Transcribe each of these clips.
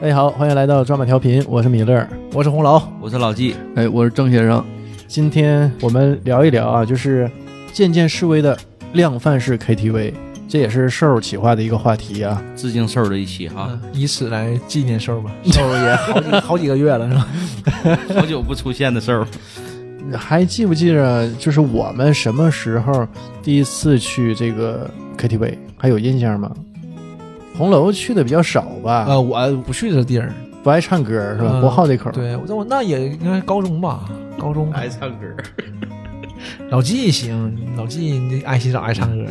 家好，欢迎来到抓马调频，我是米勒， 我是红楼， 我是老纪， 我是郑先生。 今天我们聊一聊啊，就是渐渐式微的量贩式 KTV， 这也是兽企划的一个话题啊， 致敬兽的一期哈， 以此来纪念兽吧。兽也好几个月了是吧？ 好久不出现的兽。 还记不记着，就是我们什么时候第一次去这个 KTV， 还有印象吗？红楼去的比较少吧？ 我不去这地儿， 不爱唱歌是吧？不好这口。 对，我那也应该高中吧，高中爱唱歌。 老纪行，老纪爱洗澡爱唱歌。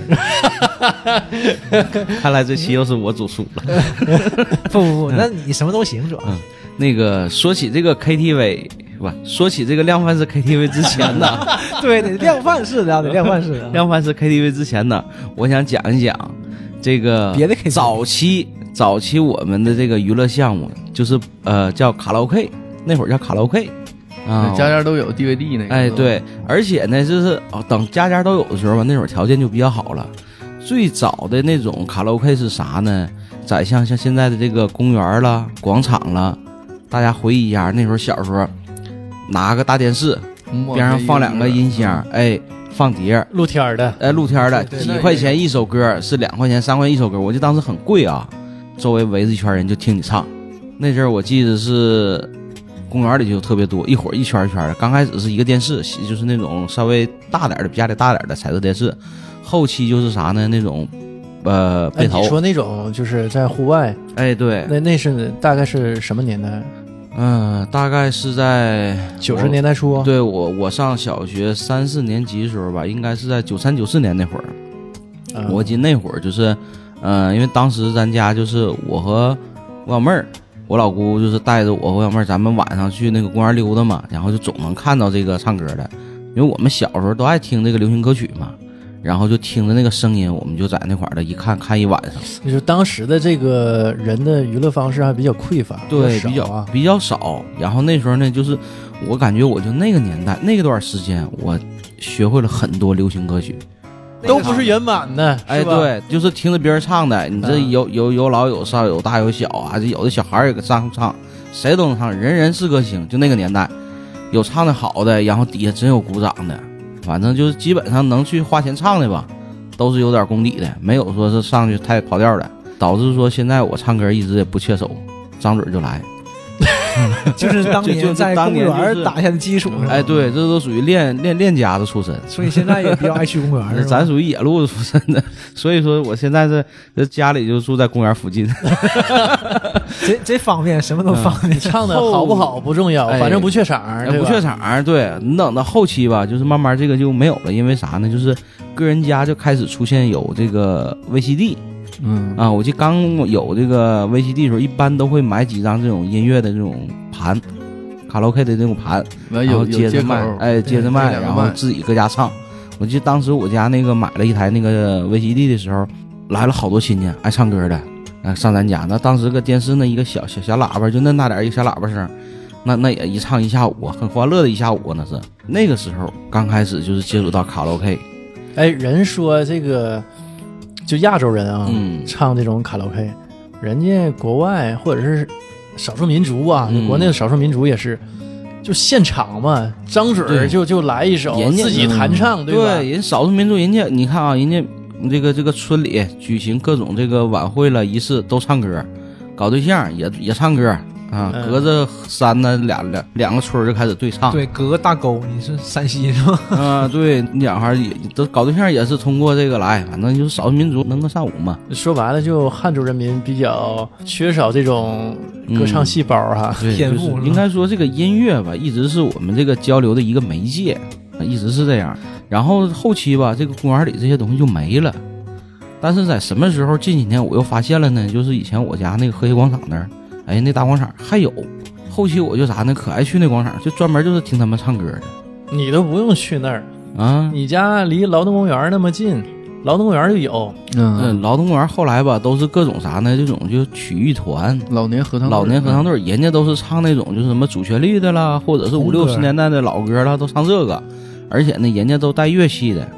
看来这期又是我主输了。 不，那你什么都行主要。 那个说起这个 KTV。不，说起这个量贩式 KTV 之前呢， 对，量贩式的，量贩式的， 量贩式 KTV 之前呢，我想讲一讲这个别的 KTV。 早期我们的这个娱乐项目就是叫卡拉 OK， 那会儿叫卡拉 OK 啊， 家家都有 DVD 那个。 哎，对，而且呢，就是等家家都有的时候吧，那会儿条件就比较好了。最早的那种卡拉 OK 是啥呢？在像现在的这个公园啦、广场啦，大家回忆一下，那时候小时候。拿个大电视，边上放两个音箱，哎，放碟， 露天的， 露天的，几块钱一首歌，是2块钱、3块钱一首歌，我记得当时很贵啊。周围围着一圈人就听你唱，那阵儿我记得是公园里就特别多，一会儿一圈一圈的。刚开始是一个电视，就是那种稍微大点的、家里大点的彩色电视，后期就是啥呢？那种背头。 你说那种就是在户外， 哎，对， 那是大概是什么年代？ 大概是在 90年代初。 对，我上小学3、4年级的时候吧，应该是在93、94年那会儿。我记得那会儿就是，因为当时咱家就是我和我小妹儿，我老姑就是带着我和我小妹儿，咱们晚上去那个公园溜达嘛，然后就总能看到这个唱歌的，因为我们小时候都爱听这个流行歌曲嘛。然后就听着那个声音，我们就在那块儿的一看一晚上。 就是当时的这个人的娱乐方式还比较匮乏， 对，比较少。然后那时候呢，就是我感觉我就那个年代那段时间，我学会了很多流行歌曲， 都不是原版的， 哎，对，就是听着别人唱的。你这有老有少，有大有小啊，这有的小孩也唱，谁都能唱，人人是歌星。就那个年代，有唱的好的，然后底下真有鼓掌的。反正就是基本上能去花钱唱的吧，都是有点功底的，没有说是上去太跑调的，导致说现在我唱歌一直也不缺手，张嘴就来。 就是当年在公园打下的基础。 哎，对，这都属于练家子出身， 所以现在也比较爱去公园。 咱属于野路子出身的，所以说我现在这家里就住在公园附近。 这方面什么都方便， 唱的好不好不重要，反正不缺场， 不缺场。对，你等到后期吧，就是慢慢这个就没有了，因为啥呢？就是个人家就开始出现有这个 VCD。我记得刚有这个 VCD 的时候，一般都会买几张这种音乐的这种盘，卡拉 OK 的这种盘，然后接着卖，哎，接着卖，然后自己搁家唱。我记得当时我家那个买了一台那个 VCD 的时候，来了好多亲戚爱唱歌的，上咱家。那当时个电视那一个小喇叭，就那大点一个小喇叭声，那也一唱一下午，很欢乐的一下午。那是那个时候刚开始就是接触到卡拉 OK。 哎，人说这个。就亚洲人啊，唱这种卡拉 OK， 人家国外或者是少数民族啊，国内的少数民族也是，就现场嘛，张嘴就来一首，自己弹唱，对吧？ 对，人少数民族，人家你看啊，人家这个村里举行各种这个晚会了仪式都唱歌，搞对象也唱歌。隔着山呢，两个村就开始对唱。 对，隔个大沟，你是山西是吧？ 对，两孩也都搞对象也是通过这个来，反正就是少数民族能歌善舞嘛。 说白了，就汉族人民比较缺少这种歌唱细胞哈， 天赋。应该说这个音乐吧，一直是我们这个交流的一个媒介，一直是这样。然后后期吧，这个公园里这些东西就没了。但是在什么时候？近几年我又发现了呢？就是以前我家那个和谐广场那儿。哎，那大广场还有，后期我就啥呢？可爱去那广场，就专门就是听他们唱歌的。 你都不用去那儿啊， 你家离劳动公园那么近，劳动公园就有。 劳动公园后来吧，都是各种啥呢？这种就曲艺团、 老年合唱队，人家都是唱那种就是什么主旋律的啦，或者是50、60年代的老歌啦，都唱这个。而且呢，人家都带乐器的。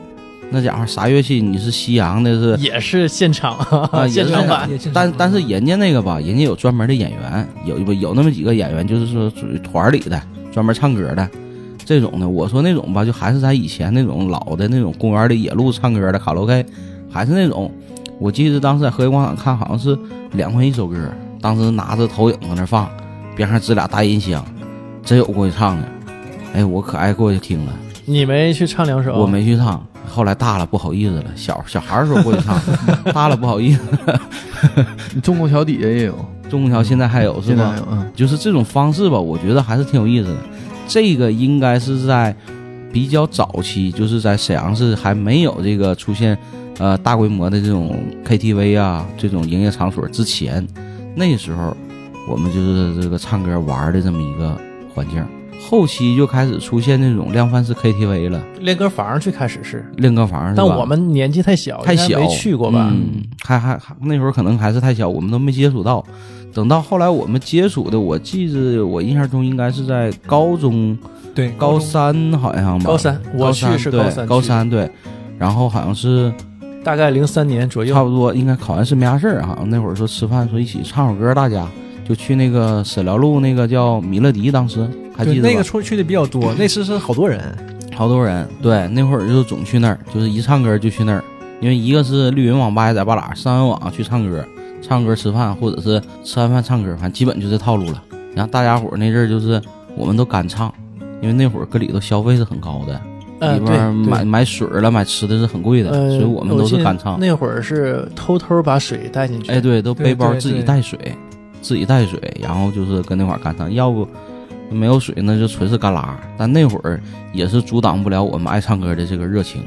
那家伙啥乐器？你是西洋的是也是现场啊，现场版。 但是人家那个吧，人家有专门的演员，有那么几个演员，就是说属于团里的，专门唱歌的这种的。我说那种吧，就还是咱以前那种老的那种公园里野路唱歌的卡拉 OK， 还是那种。我记得当时在和谐广场看，好像是2块1首歌，当时拿着投影在那放，边上支俩大音箱，真有过去唱的。哎，我可爱过去听了。 你没去唱2首？ 我没去唱。后来大了不好意思了，小孩的时候过去唱，大了不好意思。 你中宫桥底下也有， 中宫桥现在还有是吧？就是这种方式吧，我觉得还是挺有意思的。这个应该是在比较早期，就是在沈阳市还没有这个出现大规模的这种 KTV 啊这种营业场所之前，那时候我们就是这个唱歌玩的这么一个环境。后期就开始出现那种量贩式 KTV 了， 练歌房最开始是练歌房， 但我们年纪太小，没去过吧？ 还那时候可能还是太小，我们都没接触到。等到后来我们接触的，我记得我印象中应该是在高中， 对， 高3好像吧。 高3，我去是高3对，然后好像是大概03年左右， 差不多应该考完试没啥事儿，好像那会儿说吃饭说一起唱首歌，大家就去那个沈辽路那个叫米乐迪，当时还记得吧？ 那个去的比较多，那次是好多人， 对，那会儿就总去那儿，就是一唱歌就去那儿，因为一个是绿云网吧也在巴拉，上完网去唱歌吃饭，或者是吃完饭唱歌，反正基本就这套路了。然后大家伙那阵儿就是我们都干唱，因为那会儿搁里头消费是很高的，里边买水了买吃的是很贵的，所以我们都是干唱。 那会儿是偷偷把水带进去， 哎对，都背包自己带水，然后就是跟那块儿干唱，要不没有水那就纯是干拉。但那会儿也是阻挡不了我们爱唱歌的这个热情。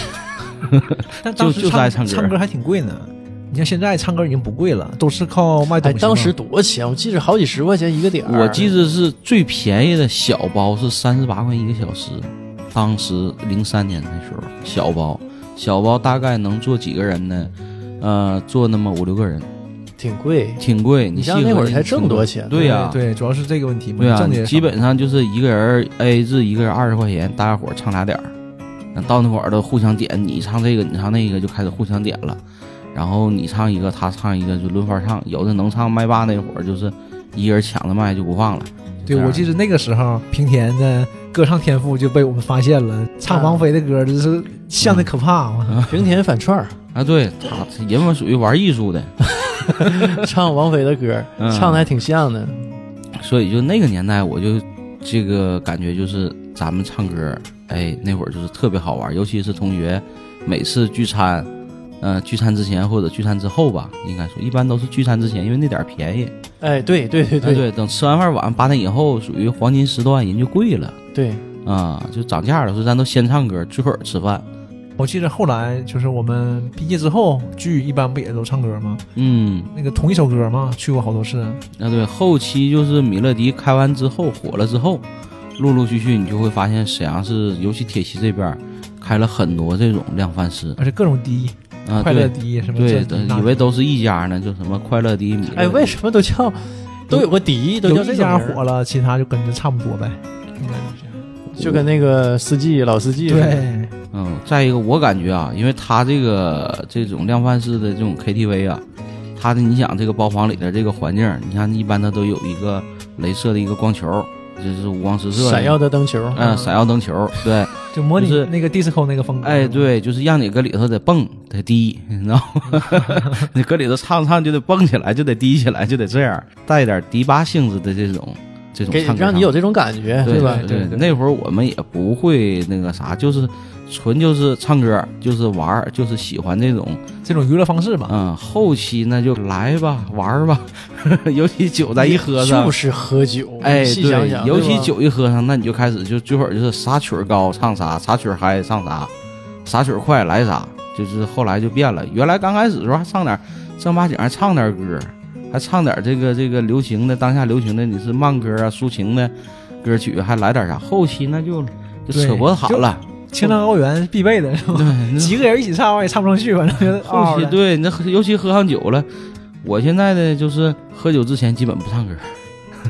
就是爱唱歌， 唱歌还挺贵呢。你像现在唱歌已经不贵了，都是靠卖东西。 当时多钱？我记着好几10块钱一个点。 我记得是最便宜的小包是38块1个小时，当时03年的时候，小包大概能坐几个人呢？坐那么5、6个人。挺贵， 你像那会儿才挣多钱？ 对呀， 对，主要是这个问题嘛。 对啊，基本上就是一个人 AA 制，一个人20块钱，大家伙唱俩点儿。到那会儿都互相点，你唱这个，你唱那个，就开始互相点了。然后你唱一个，他唱一个，就轮番唱。有的能唱麦霸那会儿，就是一个人抢着麦就不放了。 对，我记得那个时候平田的歌唱天赋就被我们发现了，唱王菲的歌就是像的可怕嘛。 平田反串啊，对，他人们属于玩艺术的。 唱王菲的歌，唱的还挺像的。 所以就那个年代，我就这个感觉就是咱们唱歌，哎，那会儿就是特别好玩，尤其是同学每次聚餐，聚餐之前或者聚餐之后吧，应该说一般都是聚餐之前，因为那点便宜。 哎，对， 等吃完饭晚上8点以后，属于黄金时段，人就贵了。对啊，就涨价了，所以咱都先唱歌，最后吃饭。 我记得后来就是我们毕业之后聚一般不也都唱歌吗？那个同一首歌嘛，去过好多次。 对，后期就是米乐迪开完之后火了之后，陆陆续续你就会发现沈阳市尤其铁西这边开了很多这种量贩式， 而且各种滴啊，快乐滴什么对，以为都是一家呢，就什么快乐滴米乐迪。 哎，为什么都有个迪，都叫这一家火了，其他就跟着差不多呗。 就跟那个老司机对。 再一个我感觉啊，因为他这种量贩式的这种 KTV 啊，他的你想这个包房里的这个环境，你看一般它都有一个镭射的一个光球，就是五光十色闪耀的灯球， 闪耀灯球，对， 就模拟那个 disco 那个风格。 哎，对，就是让你搁里头得蹦得低，你知道吗？你搁里头唱就得蹦起来，就得低起来，就得这样，带点迪吧性质的这种唱歌， 让你有这种感觉， 对吧？ 对，那会儿我们也不会那个啥，就是纯就是唱歌，就是玩，就是喜欢这种娱乐方式吧。 后期那就来吧，玩吧，尤其酒再一喝上， 就是喝酒。 哎， 对， 尤其酒一喝上，那你就开始就最会儿就是啥曲儿高唱啥，啥曲儿嗨唱啥，啥曲儿快来啥，就是后来就变了。原来刚开始的时候还唱点正八经，还唱点歌，还唱点这个流行的，当下流行的，你是慢歌啊、抒情的歌曲，还来点啥。后期那就扯脖子喊了。 青藏高原必备的是吧？对，几个人一起唱也唱不上去，反正后期对，那尤其喝上酒了。我现在的就是喝酒之前基本不唱歌，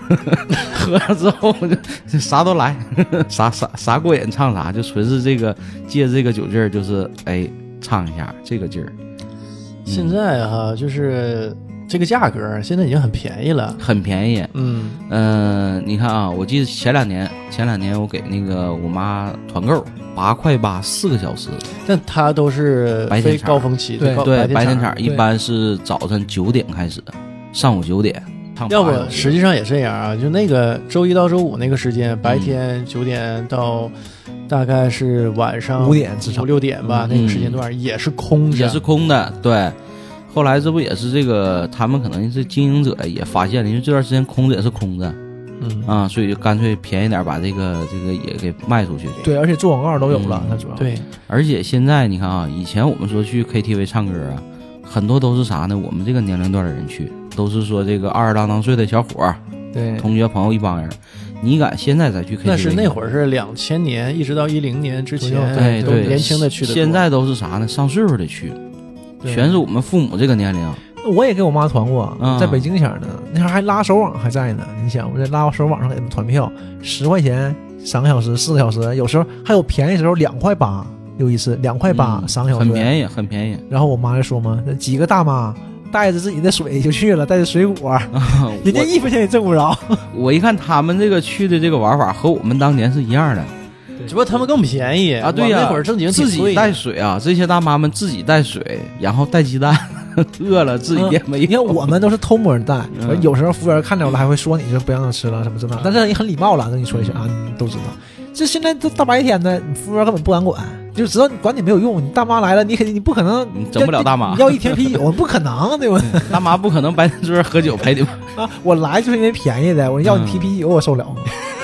喝了之后就啥都来，啥过瘾唱啥，就纯是这个借这个酒劲儿，就是唱一下这个劲儿。 现在哈，就是这个价格现在已经很便宜了， 很便宜。你看啊，我记得前两年我给那个我妈团购8.8块4个小时， 但它都是非高峰期， 对，白天场一般是早晨9点开始，上午9点。 要不实际上也这样啊，就那个周一到周五那个时间，白天9点到大概是晚上 5点至少 5、6点吧，那个时间段也是空的，对。后来这不也是这个，他们可能是经营者也发现了，因为这段时间空着也是空着，所以就干脆便宜点把这个也给卖出去。 对，而且做广告都有了，它主要对。 而且现在你看啊，以前我们说去 KTV 唱歌啊，很多都是啥呢？我们这个年龄段的人去，都是说这个20啷岁的小伙， 对， 同学朋友一帮人。你敢现在再去 KTV？ 那是那会儿是2000年一直到10年之前， 对， 都年轻的去的。 现在都是啥呢？上岁数的去。全是我们父母这个年龄。 我也给我妈团过，在北京前呢，那时候还拉手网还在呢。你想，我在拉手网上给他们团票，10块钱3个小时、4个小时，有时候还有便宜的时候2.8块，有一次2.8块3个小时， 很便宜，很便宜。 然后我妈就说嘛，几个大妈带着自己的水就去了，带着水果，人家1分钱也挣不着。 我一看他们这个去的这个玩法和我们当年是一样的。 只不过他们更便宜啊！对呀， 那会儿正经自己带水啊，这些大妈们自己带水，然后带鸡蛋，饿了自己也没有。 你看我们都是偷摸带，有时候服务员看着了还会说你就不让他吃了什么之类的，但是也很礼貌了，跟你说一声啊，你都知道。这现在都大白天的，服务员根本不敢管，就知道你管你没有用。你大妈来了，你不可能整不了大妈， 你要1瓶啤酒不可能，对吧？ 大妈不可能白天桌喝酒陪你们啊！我来就是因为便宜的，我要你提啤酒我受了吗？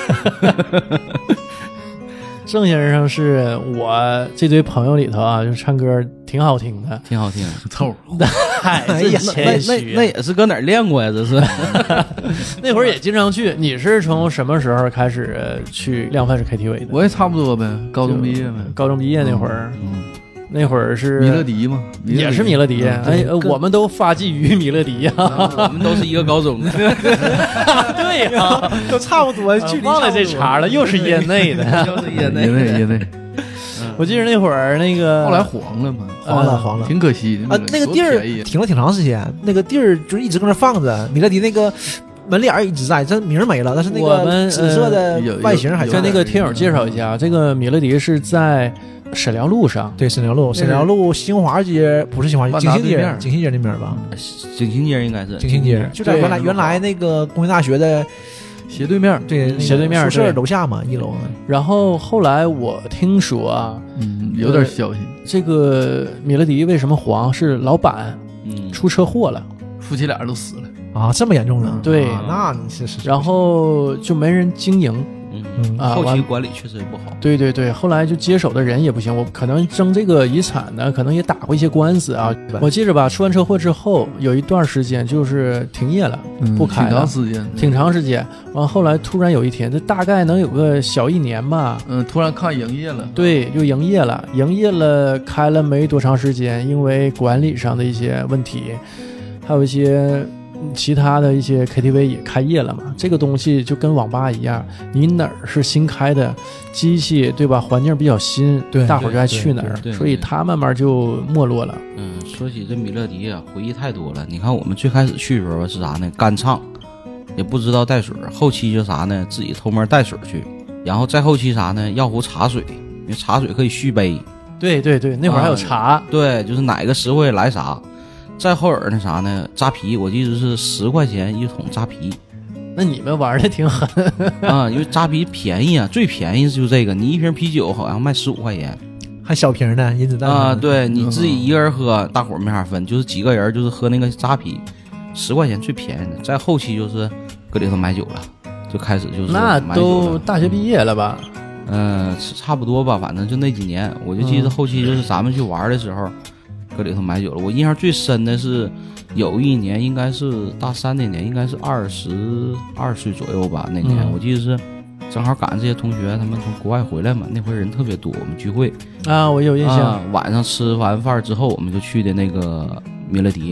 郑先生是我这堆朋友里头啊，就唱歌挺好听的， 挺好听， 凑合。 哎呀， 那也是搁哪儿练过呀？这是那会儿也经常去。你是从什么时候开始去量贩式 KTV 的？ 我也差不多呗，高中毕业呗。 高中毕业那会儿，那会儿是米勒迪嘛， 也是米勒迪。哎，我们都发迹于米勒迪呀， 我们都是一个高中的。 对呀， 都差不多，距离忘了这茬了，又是业内的， 又是业内。 我记得那会儿那个后来黄了嘛， 黄了， 挺可惜的啊。那个地儿停了挺长时间，那个地儿就一直搁那放着。米勒迪那个门脸一直在，这名没了，但是那个紫色的外形还在。 跟那个听友介绍一下，这个米勒迪是在沈辽路上， 对，沈辽路新华街不是新华街，景兴街那边吧？ 景兴街应该是景兴街，就在原来那个工业大学的斜对面， 对， 斜对面宿舍楼下嘛，1楼。 然后后来我听说啊， 有点消息， 这个米勒迪为什么黄？是老板出车祸了， 夫妻俩都死了啊，这么严重呢？ 对， 那你是。 然后就没人经营。 后期管理确实也不好。 对，后来就接手的人也不行，我可能争这个遗产呢，可能也打过一些官司啊。我记着吧，出完车祸之后有一段时间就是停业了，不开了，挺长时间。完后来突然有一天，这大概能有个小1年吧， 突然看营业了。 对，就营业了，开了没多长时间，因为管理上的一些问题，还有一些其他的一些 KTV 也开业了嘛，这个东西就跟网吧一样，你哪儿是新开的机器，对吧？环境比较新， 对， 大伙儿就爱去哪儿，所以它慢慢就没落了。 说起这米勒迪啊，回忆太多了。你看我们最开始去的时候是啥呢？干唱，也不知道带水，后期就啥呢？自己偷摸带水去，然后再后期啥呢？要壶茶水，因为茶水可以续杯。 对，那会儿还有茶， 对，就是哪个实惠来啥。再后耳那啥呢？扎啤，我记得是10块钱1桶扎啤。 那你们玩的挺狠啊！因为扎啤便宜啊，最便宜就这个，你1瓶啤酒好像卖15块钱， 还小瓶的银子弹啊！对，你自己一个人喝，大伙儿没法分，就是几个人就是喝那个扎啤，10块钱最便宜的。再后期就是搁里头买酒了，就开始就是那都大学毕业了吧？ 差不多吧，反正就那几年，我就记得后期就是咱们去玩的时候。搁里头买酒了，我印象最深的是有一年应该是大3那年，应该是22岁左右吧。那年我记得是正好赶上这些同学他们从国外回来嘛，那回人特别多，我们聚会啊，我有印象。 晚上吃完饭之后，我们就去的那个米勒迪，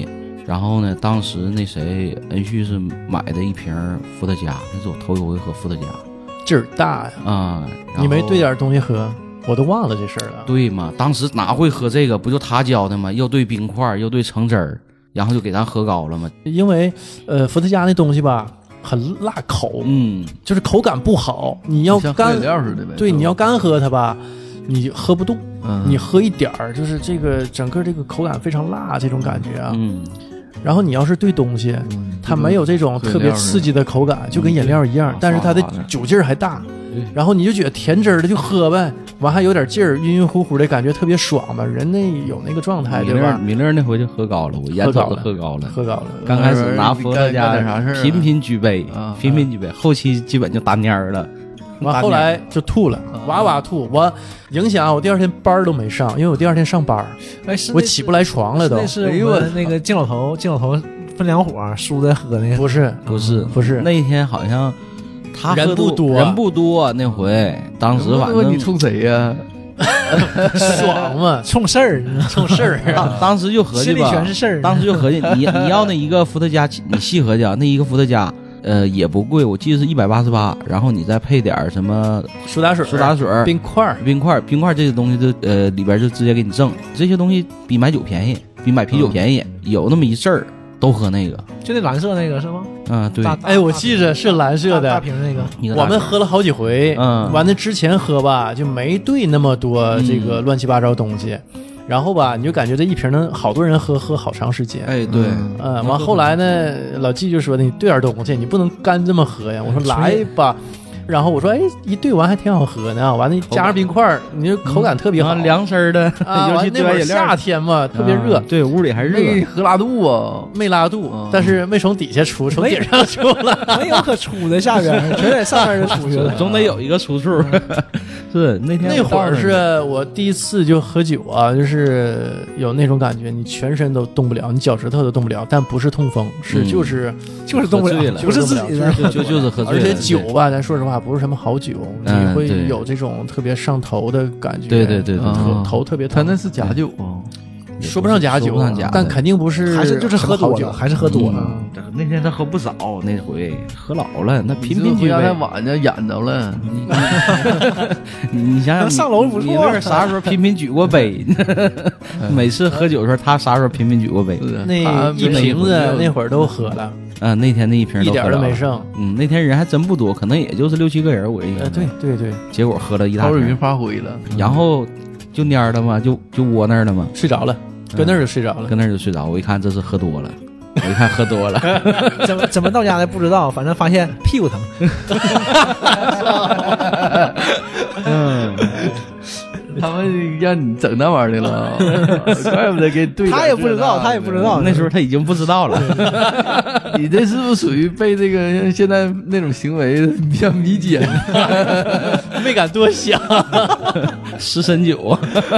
然后呢，当时那谁恩旭是买的一瓶伏特加，那是我头一回喝伏特加， 劲儿大呀啊！ 你没兑点东西喝，我都忘了这事儿了。 对嘛，当时哪会喝这个？不就他教的吗？又兑冰块，又兑橙汁儿，然后就给咱喝高了嘛。 因为伏特加那东西吧很辣口，就是口感不好。你要干料似的呗。 对，你要干喝它吧，你喝不动。你喝一点儿，就是这个整个这个口感非常辣，这种感觉啊。然后你要是兑东西，它没有这种特别刺激的口感，就跟饮料一样，但是它的酒劲儿还大。然后你就觉得甜汁儿的就喝呗，完还有点劲儿，晕晕乎乎的感觉特别爽嘛。人那有那个状态，对吧？ 米勒那回就喝高了，我烟头都喝高了。刚开始拿伏特加频频举杯，后期基本就打蔫儿了。 完后来就吐了，哇哇吐，我影响我第二天班都没上，因为我第二天上班，我起不来床了都。 那是我那个敬老头分两伙输的喝那个， 不是， 那一天好像他人不多那回，当时反正你冲谁呀？ 爽嘛， 冲事儿， 当时就合计吧， 心里全是事儿。 当时就合计，你要那一个伏特加，你细合计啊，那一个伏特加。也不贵，我记得是188，然后你再配点什么苏打水、冰块这些东西就里边就直接给你赠，这些东西比买酒便宜，比买啤酒便宜，有那么一阵儿都喝那个， 就那蓝色那个是吗？ 对。 哎，我记着是蓝色的大瓶那个， 我们喝了好几回，完了之前喝吧就没兑那么多这个乱七八糟东西。然后吧，你就感觉这一瓶能好多人喝好长时间。 哎，对， 完后来呢，老纪就说你兑点东西，你不能干这么喝呀。我说来吧，然后我说哎，一兑完还挺好喝呢。完了加上冰块，你就口感特别好， 凉身的。 尤其那会儿夏天嘛，特别热。 对，屋里还热。 没喝拉肚啊， 没拉肚，但是没从底下出，从顶上出了， 没有可出的下边，全在上面就出去了， 总得有一个出处。是那会儿是我第一次就喝酒啊，就是有那种感觉，你全身都动不了，你脚趾头都动不了，但不是痛风，就是动不了，不是自己的， 就是喝醉了。 而且酒吧，咱说实话不是什么好酒，你会有这种特别上头的感觉。 对， 头特别疼。 他那是假酒啊。 说不上假酒，但肯定不是， 还是就是喝多酒，还是喝多了。 那天他喝不少，那回喝老了，那频频举杯。 太晚就演着了。 你想想， 上楼不错。 米勒啥时候频频举过杯？每次喝酒的时候，他啥时候频频举过杯？ 那一瓶子那会儿都喝了。 那天那一瓶一点都没剩。 那天人还真不多，可能也就是6、7个人，我印象。 对。 结果喝了一大瓶。 超人发挥了， 然后就蔫了嘛，就窝那儿了嘛， 睡着了。搁那儿就睡着了， 搁那儿就睡着。我一看这是喝多了， 怎么到家的不知道，反正发现屁股疼。 他们让你整那玩意儿的了，怪不得给对。 他也不知道， 那时候他已经不知道了。 你这是不是属于被这个现在那种行为比较迷奸？ 没敢多想， 湿身酒。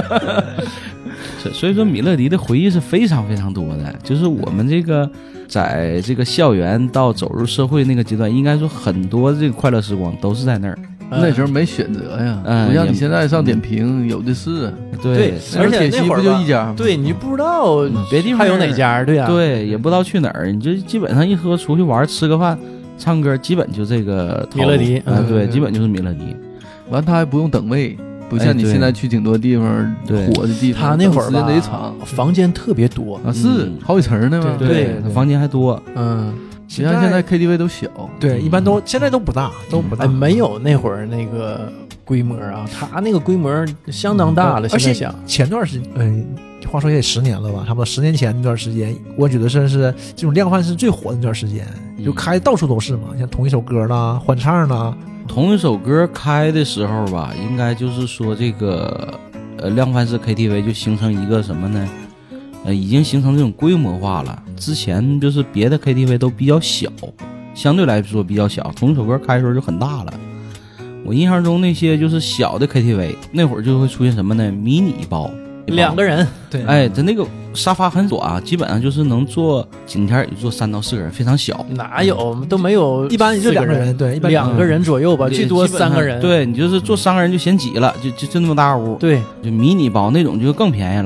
所以说米勒迪的回忆是非常非常多的，就是我们这个在这个校园到走入社会那个阶段，应该说很多这个快乐时光都是在那儿。 那时候没选择呀，不像你现在上点评有的是。 对， 而且那会儿不就一家吗？ 对，你不知道别地方还有哪家，对呀， 对，也不知道去哪儿，你就基本上一喝出去玩吃个饭唱歌，基本就这个米勒迪， 对，基本就是米勒迪。 完他还不用等位。不像你现在去挺多地方火的地方， 他那会儿吧， 得长， 房间特别多是好几层的嘛， 对，房间还多， 你像现在 KTV 都小， 对，一般都现在都不大， 没有那会儿那个规模啊，他那个规模相当大了。现在想， 前段时间，话说也得10年了吧，差不多10年前那段时间，我觉得是这种量贩式最火的那段时间，就开到处都是嘛，像同一首歌啦、欢唱啦。 同一首歌开的时候吧，应该就是说这个量贩式 KTV 就形成一个什么呢？已经形成这种规模化了。之前就是别的 KTV 都比较小，相对来说比较小，同一首歌开的时候就很大了。我印象中那些就是小的 KTV， 那会儿就会出现什么呢？迷你包 ，2个人， 对， 哎，它那个沙发很短啊，基本上就是能坐今天也就坐3到4个人，非常小。 哪有都没有， 一般也就2个人，对，一般 2个人左右吧，最多3个人。 对，你就是坐3个人就嫌挤了，就那么大屋。 对， 就迷你包那种就更便宜了。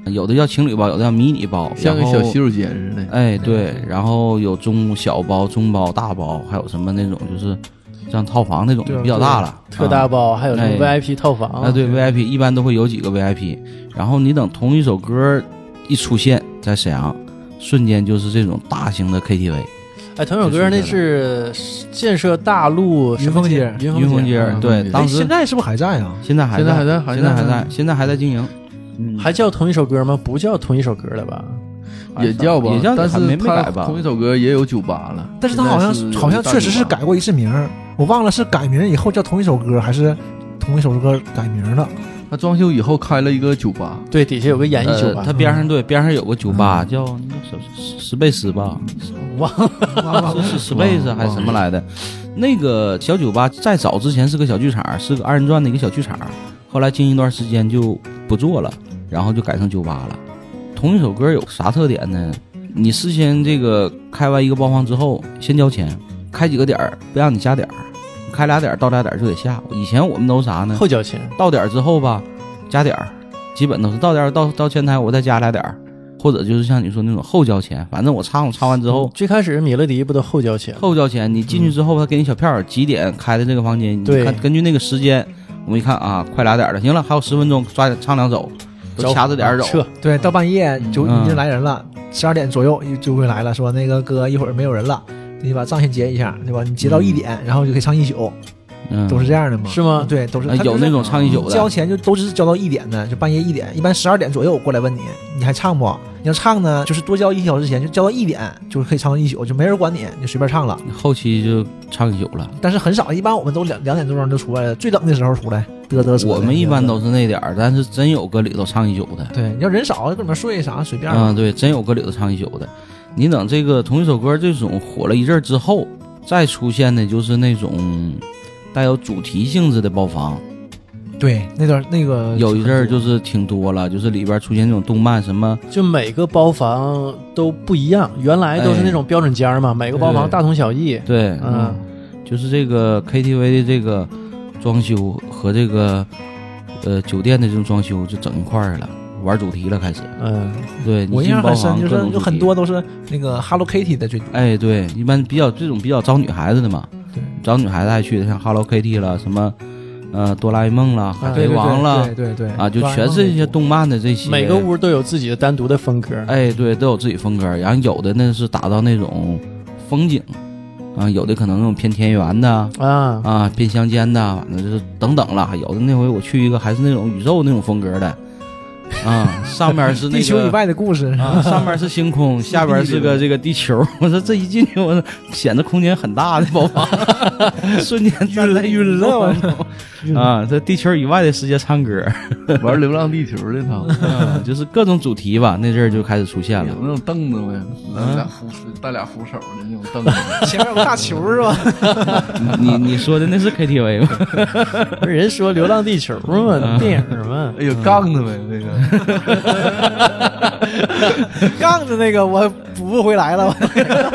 有的叫情侣包，有的叫迷你包， 像个小洗手间似的。 哎，对，然后有小包、中包、大包，还有什么那种就是像套房那种比较大了， 特大包，还有那个 VIP 套房啊，对 VIP 一般都会有几个 VIP， 然后你等同一首歌一出现在沈阳，瞬间就是这种大型的 KTV。 哎，同一首歌那是建设大路云峰街， 云峰街，对，当时现在是不是还在啊？ 现在还在经营。 还叫同一首歌吗？不叫同一首歌了吧？ 也叫吧，但是没改吧。 同一首歌也有酒吧了， 但是他好像确实是改过一次名，我忘了是改名以后叫同一首歌，还是同一首歌改名了。 他装修以后开了一个酒吧， 对，底下有个演艺酒吧， 他边上有个酒吧，叫那个史贝斯吧， 忘了是史贝斯还是什么来的？那个小酒吧在早之前是个小剧场，是个二人转的一个小剧场，后来经营一段时间就不做了，然后就改成酒吧了。同一首歌有啥特点呢？你事先这个开完一个包房之后，先交钱，开几个点不让你加点，开俩点到俩点就得下。以前我们都啥呢？ 后交钱， 到点之后吧，加点，基本都是到点到前台我再加俩点，或者就是像你说那种后交钱。反正我唱完之后， 最开始米勒迪不都后交钱？ 后交钱，你进去之后他给你小票，几点开的这个房间，你看根据那个时间，我们一看啊，快俩点了，行了，还有10分钟，抓紧唱两首。都掐着点走， 对，到半夜就已经来人了，12点左右就会来了，说那个哥一会儿没有人了，你把账先结一下，对吧？你结到1点，然后就可以唱一宿，都是这样的嘛？ 是吗？ 对，都是有那种唱一宿的， 交钱就都是交到1点的，就半夜1点，一般12点左右过来问你，你还唱不？你要唱呢，就是多交1小时钱，就交到1点，就是可以唱到一宿，就没人管你，你随便唱了。 后期就唱一宿了， 但是很少，一般我们都2点多钟就出来了，最冷的时候出来。 我们一般都是那点儿，但是真有搁里头唱一宿的。 对，你要人少，搁里面睡啥随便。 对，真有搁里头唱一宿的。你等这个同一首歌这种火了一阵之后，再出现的就是那种带有主题性质的包房。 对，那个有一阵就是挺多了，就是里边出现那种动漫什么， 就每个包房都不一样。原来都是那种标准间嘛，每个包房大同小异。 对，就是这个 KTV 的这个装修和这个酒店的这种装修就整一块儿了，玩主题了开始。对， 我印象很深，就是有很多都是那个 Hello Kitty 的最多。 哎，对，一般这种比较招女孩子的嘛， 对， 招女孩子爱去的，像 Hello Kitty 了，什么哆啦 A 梦了，海贼王了， 对啊，就全是这些动漫的这些。 每个屋都有自己的单独的风格。 哎，对，都有自己风格。然后有的那是打造那种风景。有的可能那种偏田园的偏乡间的，反正就是等等了。有的那回我去一个还是那种宇宙那种风格的，上面是那个地球以外的故事上面是星空，下边是个这个地球。我说这一进去，我显得空间很大的包房，瞬间晕了这地球以外的世界唱歌， 玩流浪地球的他， 就是各种主题吧。那阵儿就开始出现了， 有那种凳子呗，带俩扶手的那种凳子， 前面有个大球是吧？ 你说的那是 KTV 吗？ 人说流浪地球嘛，电影嘛。 哎呦，杠子呗那个。 杠子那个我补不回来了。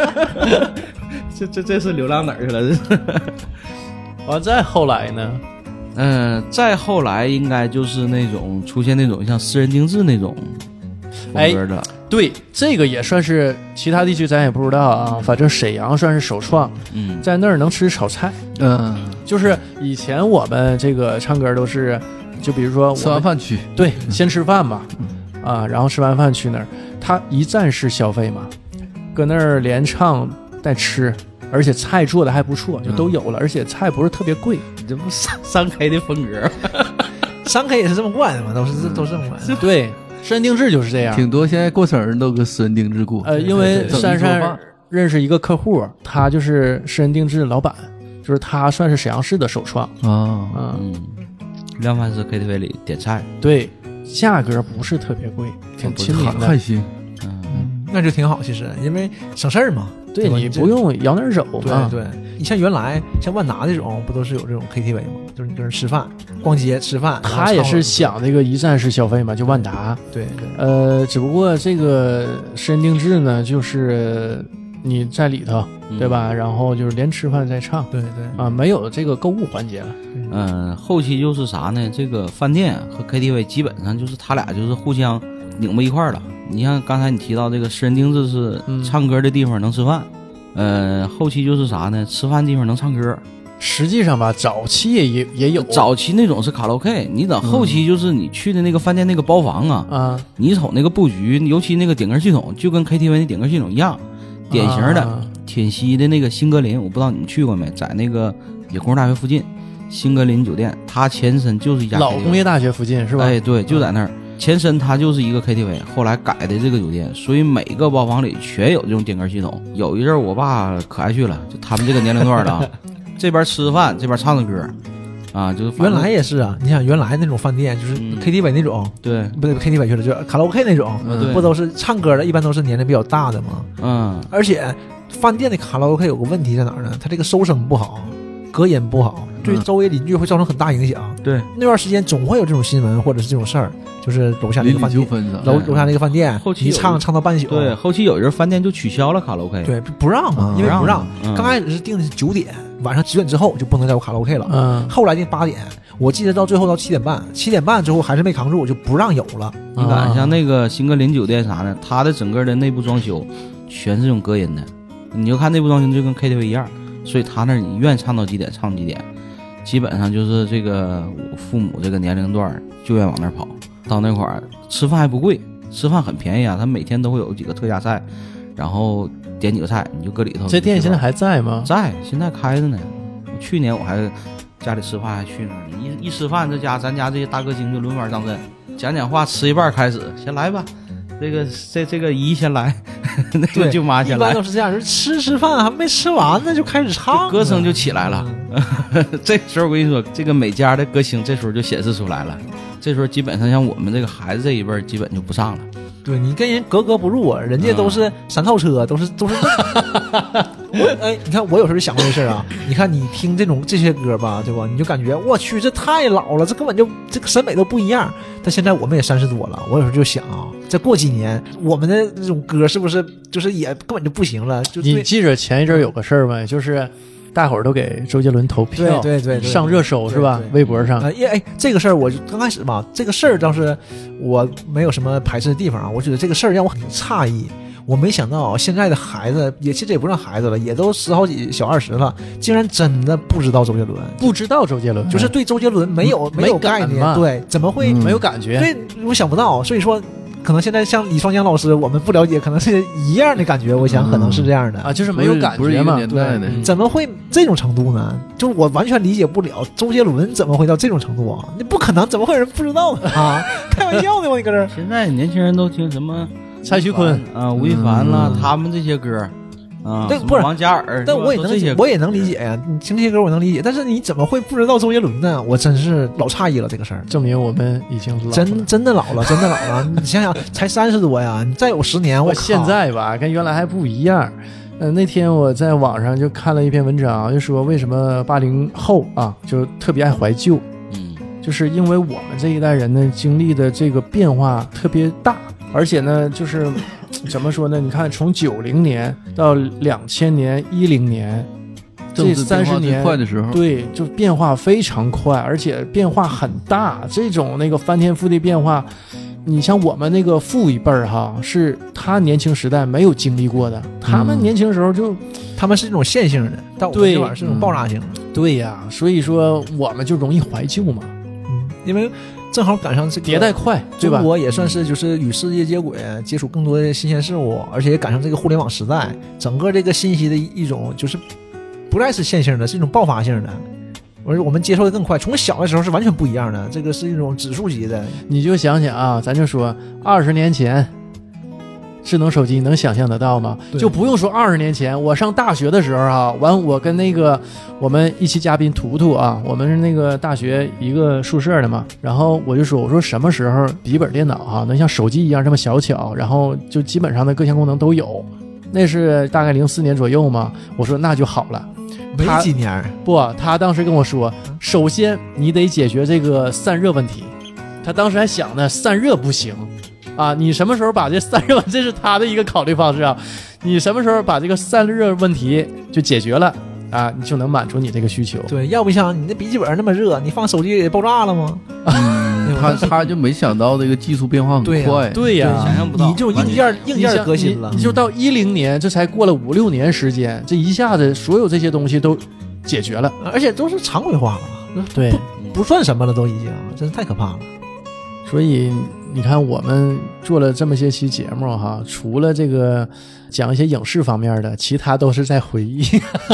这是流浪哪儿去了？ 完再后来呢？ 再后来应该就是那种出现那种像私人定制那种风格的。 对，这个也算是其他地区咱也不知道啊，反正沈阳算是首创。在那儿能吃炒菜。就是以前我们这个唱歌都是，就比如说吃完饭去， 对，先吃饭嘛，然后吃完饭去那儿，他一站式消费嘛，搁那儿连唱带吃，而且菜做的还不错，就都有了，而且菜不是特别贵， 这不3K 的风格 ，3K 也是这么惯的嘛，都是这么惯。 对，私人定制就是这样， 挺多。现在过生日都搁私人定制过。 因为珊珊认识一个客户，他就是私人定制老板，就是他算是沈阳市的首创量贩式 KTV 里点菜， 对，价格不是特别贵，挺亲民的， 还行。 那就挺好，其实因为省事儿嘛。 对，你不用摇哪儿走嘛。对，你像原来像万达这种，不都是有这种 KTV 吗？就是你跟人吃饭、逛街、吃饭。 他也是想这个一站式消费嘛，就万达。 对。 只不过这个私人定制呢，就是你在里头，对吧？然后就是连吃饭再唱。 对对。 没有这个购物环节了。 后期就是啥呢？这个饭店和 KTV 基本上就是他俩就是互相拧不一块了。你像刚才你提到这个私人定制是唱歌的地方能吃饭，后期就是啥呢？吃饭地方能唱歌。 实际上吧，早期也有， 早期那种是卡拉 OK， 你等后期就是你去的那个饭店那个包房啊，你瞅那个布局，尤其那个点歌系统，就跟 KTV 的点歌系统一样，典型的铁西的那个新格林，我不知道你们去过没，在那个野工大学附近，新格林酒店，它前身就是一家 KTV， 老工业大学附近是吧？ 哎，对，就在那儿。前身它就是一个 KTV， 后来改的这个酒店，所以每个包房里全有这种点歌系统。有一阵我爸可爱去了，就他们这个年龄段的啊。这边吃饭，这边唱着歌，啊，就是原来也是啊。你想原来那种饭店，就是 KTV 那种， 对， 不对 KTV 去了，就是卡拉 OK 那种，不都是唱歌的，一般都是年龄比较大的吗？而且饭店的卡拉 OK 有个问题在哪儿呢？它这个收声不好，隔音不好，对周围邻居会造成很大影响。 对， 那段时间总会有这种新闻或者是这种事儿，就是楼下那个饭店，楼下那个饭店， 后期一唱到半宿。 对，后期有一阵饭店就取消了卡拉 OK， 对，不让嘛，因为不让。刚开始是定的是9点。晚上9点之后就不能再有卡拉 OK 了，后来定8点，我记得到最后到7点半，7点半之后还是没扛住，就不让有了。 你看像那个新格林酒店啥的，它的整个的内部装修全是这种隔音的，你就看内部装修就跟 KTV 一样，所以他那你愿唱到几点唱几点，基本上就是这个我父母这个年龄段就愿往那儿跑。到那块儿吃饭还不贵，吃饭很便宜啊，他每天都会有几个特价菜，然后点几个菜你就搁里头。 这店现在还在吗？ 在，现在开着呢。去年我还家里吃饭还去那儿呢，一吃饭咱家这些大歌星就轮番上阵，讲话吃一半开始，先来吧，这个姨先来，那个舅妈先来， 一般都是这样，就是吃饭还没吃完呢就开始唱， 歌声就起来了。这时候我跟你说，这个每家的歌星这时候就显示出来了。这时候基本上像我们这个孩子这一辈基本就不上了。 对，你跟人格格不入啊，人家都是3套车，都是哎，你看我有时候就想过这事啊。你看你听这些歌吧，对吧？你就感觉我去，这太老了，这根本就这个审美都不一样。但现在我们也30多了，我有时候就想啊，再过几年我们的这种歌是不是就是也根本就不行了？就你记着前一阵有个事儿没？就是大伙儿都给周杰伦投票， 对， 上热搜是吧？微博上， 这个事儿我刚开始吧，这个事儿倒是我没有什么排斥的地方啊。我觉得这个事儿让我很诧异，我没想到现在的孩子其实也不算孩子了，也都10好几小20了，竟然真的不知道周杰伦， 不知道周杰伦， 就是对周杰伦没有概念，对，怎么会没有感觉？ 对，我想不到，所以说。可能现在像李双江老师，我们不了解，可能是一样的感觉。我想可能是这样的啊，就是没有感觉嘛。 对，怎么会这种程度呢？就是我完全理解不了，周杰伦怎么会到这种程度啊？你不可能，怎么会有人不知道呢？啊，开玩笑呢吗？你搁这？ 现在年轻人都听什么蔡徐坤啊、吴亦凡啦，他们这些歌。 对，不是王嘉尔， 但我也能理解呀。你听这些歌我能理解，但是你怎么会不知道周杰伦呢？我真是老诧异了这个事儿， 证明我们已经老了真的老了。你想想，才30多呀，你再有10年，我现在吧跟原来还不一样。那天我在网上就看了一篇文章，就说为什么80后啊就特别爱怀旧，就是因为我们这一代人呢经历的这个变化特别大，而且呢就是怎么说呢？你看从90年到2000年、10年，这30年快的时候， 对，就变化非常快，而且变化很大。这种那个翻天覆地变化，你像我们那个父一辈儿哈，是他年轻时代没有经历过的。他们年轻时候就， 他们是这种线性的，但我们这玩意儿是这种爆炸性的。 对呀，所以说我们就容易怀旧嘛。 因为正好赶上这个迭代快，对吧？ 中国也算是就是与世界接轨，接触更多的新鲜事物，而且也赶上这个互联网时代，整个这个信息的一种就是不再是线性的，是一种爆发性的。而我们接受的更快，从小的时候是完全不一样的，这个是一种指数级的。 你就想想啊，咱就说20年前智能手机能想象得到吗？就不用说20年前，我上大学的时候啊，我跟那个我们一期嘉宾图图啊，我们是那个大学一个宿舍的嘛，然后我说什么时候笔记本电脑啊能像手机一样这么小巧，然后就基本上的各项功能都有，那是大概04年左右嘛，我说那就好了。 没几年不，他当时跟我说，首先你得解决这个散热问题。他当时还想呢，散热不行啊，你什么时候把这散热，这是他的一个考虑方式啊。你什么时候把这个散热问题就解决了， 啊，你就能满足你这个需求。 对，要不像你那笔记本那么热，你放手机也爆炸了吗？ 他就没想到这个技术变化很快， 对呀， 想象不到， 你就硬件革新了， 你就到10年，这才过了5-6年时间，这一下子所有这些东西都解决了， 而且都是常规化了， 对， 不算什么了，都已经，真是太可怕了。 所以你看，我们做了这么些期节目哈，除了这个讲一些影视方面的，其他都是在回忆，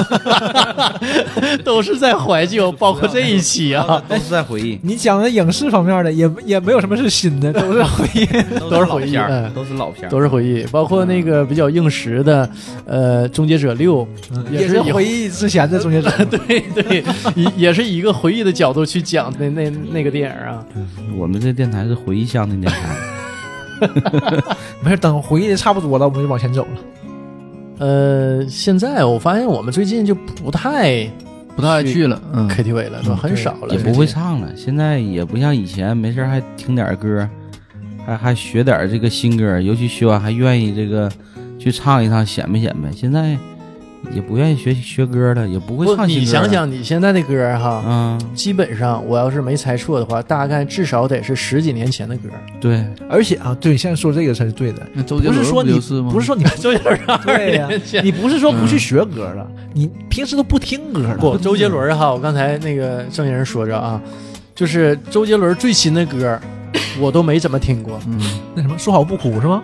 都是在怀旧，包括这一期啊， 都是在回忆。 你讲的影视方面的也没有什么是新的，都是回忆， 都是回忆， 都是老片， 都是回忆。包括那个比较应时的，终结者6， 也是回忆之前的终结者， 对对，也是以一个回忆的角度去讲那个电影啊。 我们这电台是回忆向的电台。 没事，等回忆的差不多了，我们就往前走了。现在我发现我们最近就不太去了 KTV 了，都很少了， 也不会唱了。现在也不像以前，没事还听点歌，还学点这个新歌，尤其学完还愿意这个去唱一唱，显摆显摆。现在也不愿意学歌了，也不会唱新歌。 你想想你现在的歌哈，基本上我要是没猜错的话，大概至少得是10几年前的歌。 对， 而且啊，对，现在说这个才是对的。 周杰伦不是说你周杰伦对呀，你不是说不去学歌了，你平时都不听歌了。 不，周杰伦哈，我刚才那个郑人说着啊，就是周杰伦最新的歌，我都没怎么听过。 那什么，说好不哭是吗？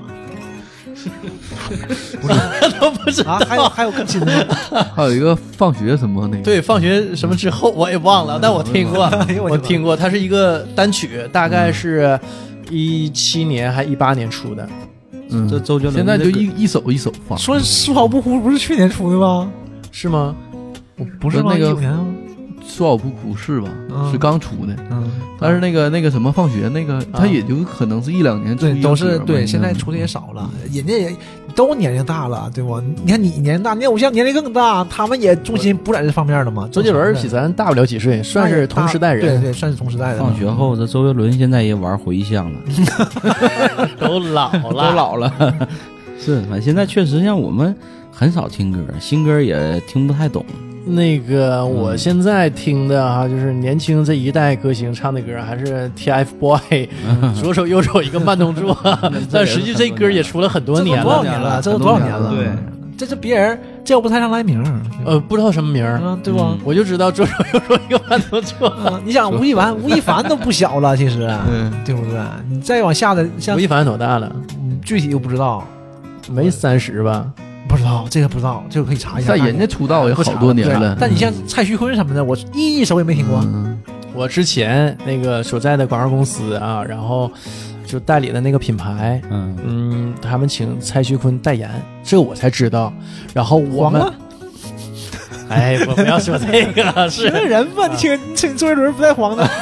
不是，都不知道。 还有更新的吗？ 还有一个放学什么那个。 对，放学什么之后我也忘了，但我听过，我听过。它是一个单曲，大概是17年还18年出的。 这周杰伦现在就一首一首放。 说好不哭不是去年出的吗？ 是吗？ 不是吗？ 那个 19年吗？ 说好不哭是吧？是刚出的，但是那个什么放学那个，他也就可能是1-2年出一个歌， 都是对，现在出的也少了，人家也都年龄大了，对不？你看你年龄大，你偶像年龄更大，他们也重心不在这方面了嘛。 周杰伦比咱大不了几岁，算是同时代人， 对，算是同时代的。 放学后，这周杰伦现在也玩回忆向了， 都老了， 是，反正现在确实像我们很少听歌，新歌也听不太懂。 那个我现在听的哈，就是年轻这一代歌星唱的歌，还是 TFBOY 左手右手一个慢动作，但实际这歌也出了很多年了， 这都多少年了？ 对， 这是别人叫不太上来名， 不知道什么名， 对吧？ 我就知道左手右手一个慢动作。 你想吴亦凡都不小了，其实，对不对？你再往下的，像吴亦凡多大了？ 具体又不知道， 没30吧？ 不知道，这个不知道，这个可以查一下。 但人家出道也好多年了。 但你像蔡徐坤什么的，我一首也没听过。 我之前那个所在的广告公司啊，然后就代理的那个品牌，他们请蔡徐坤代言，这我才知道。然后我们，哎，我不要说这个，是人吧？你请周杰伦不带黄的。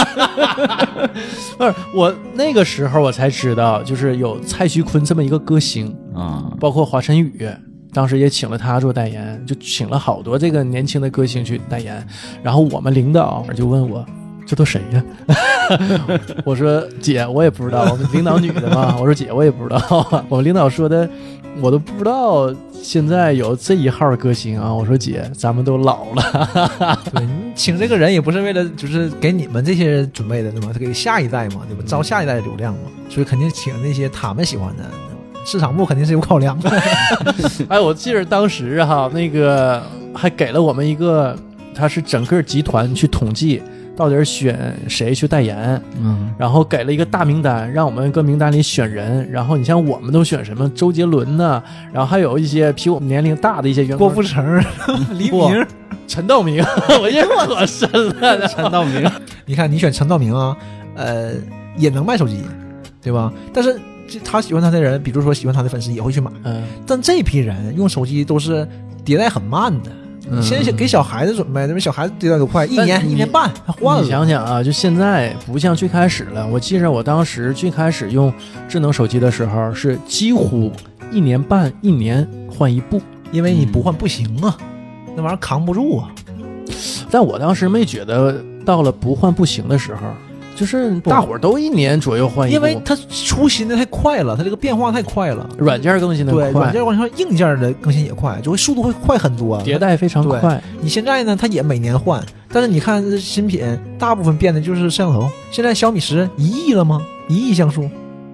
不是，我那个时候我才知道，就是有蔡徐坤这么一个歌星啊，包括华晨宇，当时也请了他做代言，就请了好多这个年轻的歌星去代言。然后我们领导就问我，这都谁呀？我说姐，我也不知道。我们领导女的嘛，我说姐，我也不知道。我们领导说的，我都不知道现在有这一号歌星啊。我说姐，咱们都老了。 对，你请这个人也不是为了就是给你们这些人准备的，对吗？他给下一代嘛，对吧？招下一代的流量嘛，所以肯定请那些他们喜欢的。市场部肯定是有考量的。 哎，我记得当时哈，那个还给了我们一个，他是整个集团去统计到底是选谁去代言，然后给了一个大名单，让我们搁名单里选人。然后你像我们都选什么周杰伦呢，然后还有一些比我们年龄大的一些员工， 郭富城、黎明、 陈道明，我印象可深了。 陈道明， 你看你选陈道明啊，也能卖手机，对吧？但是他喜欢他的人，比如说喜欢他的粉丝也会去买，但这批人用手机都是迭代很慢的。先给小孩子准备，那小孩子迭代多快，一年半他换了。 你想想啊，就现在不像最开始了。我记着我当时最开始用智能手机的时候，是几乎1年半1年换一部， 因为你不换不行啊，那玩意儿扛不住啊。 但我当时没觉得到了不换不行的时候。 就是大伙儿都1年左右换一部， 因为它出新的太快了，它这个变化太快了， 软件更新的快， 对，软件更新，硬件的更新也快，就会速度会快很多， 迭代非常快。 你现在呢，它也每年换，但是你看这新品，大部分变的就是摄像头。现在小米10 1亿了吗？1亿像素，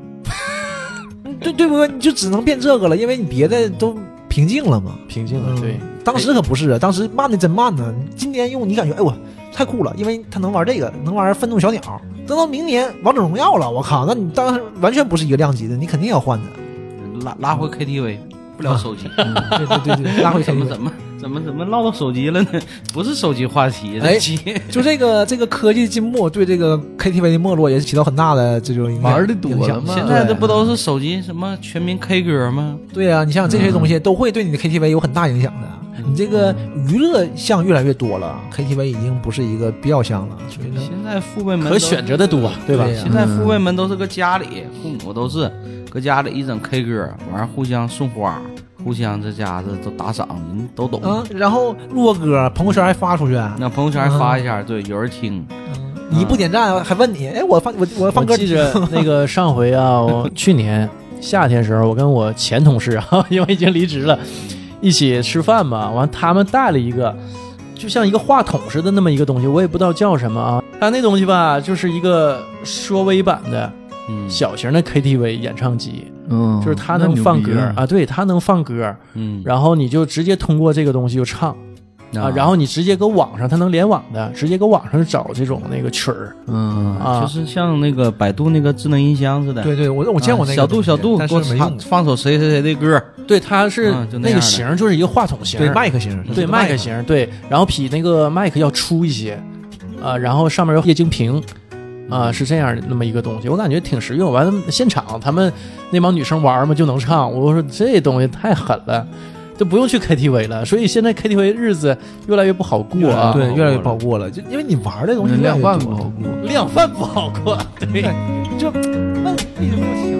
对不对？你就只能变这个了，因为你别的都平静了嘛， 平静了。对， 当时可不是啊，当时慢的真慢呢。今年用你感觉，哎我太酷了，因为它能玩这个，能玩愤怒小鸟。等到明年王者荣耀了，我靠，那你当时完全不是一个量级的，你肯定要换的。 拉回 KTV， 不聊手机。 对，拉回 KTV。 怎么唠到手机了呢？不是手机话题， 就这个科技进步对这个 KTV 的没落也是起到很大的这种影响。 玩的多了嘛？ 现在这不都是手机什么全民 K 歌吗？ 对啊，你想想这些东西都会对你的 KTV 有很大影响的。你这个娱乐项越来越多了 ，KTV 已经不是一个必要项了。所以现在父辈们可选择的多，对吧？ 现在父辈们都是搁家里，父母都是搁家里一整 K 歌，完了互相送花。互相这家子都打赏，人都懂然后录个歌，朋友圈还发出去， 那朋友圈还发一下，对，有人听。 你不点赞还问你，哎，我放歌。 我记着那个上回啊，我去年夏天时候，我跟我前同事啊，因为已经离职了，一起吃饭嘛，完他们带了一个就像一个话筒似的那么一个东西，我也不知道叫什么啊。他那东西吧，就是一个缩微版的小型的 KTV 演唱机。就是它能放歌啊，对，它能放歌，然后你就直接通过这个东西就唱啊，然后你直接搁网上，它能联网的，直接搁网上找这种那个曲儿， 就是像那个百度那个智能音箱似的。 对，我见过那个小度，给我放首谁的歌。 对，它是那个型，就是一个话筒型， 对，麦克型， 对，麦克型，对，然后比那个麦克要粗一些，然后上面有液晶屏。是这样的那么一个东西，我感觉挺实用。完了，现场他们那帮女生玩嘛就能唱，我说这东西太狠了，就不用去 KTV 了。所以现在 KTV 日子越来越不好过啊， 对，越来越不好过了，就因为你玩的东西量贩不好过， 量贩不好过，对， 就问为什么要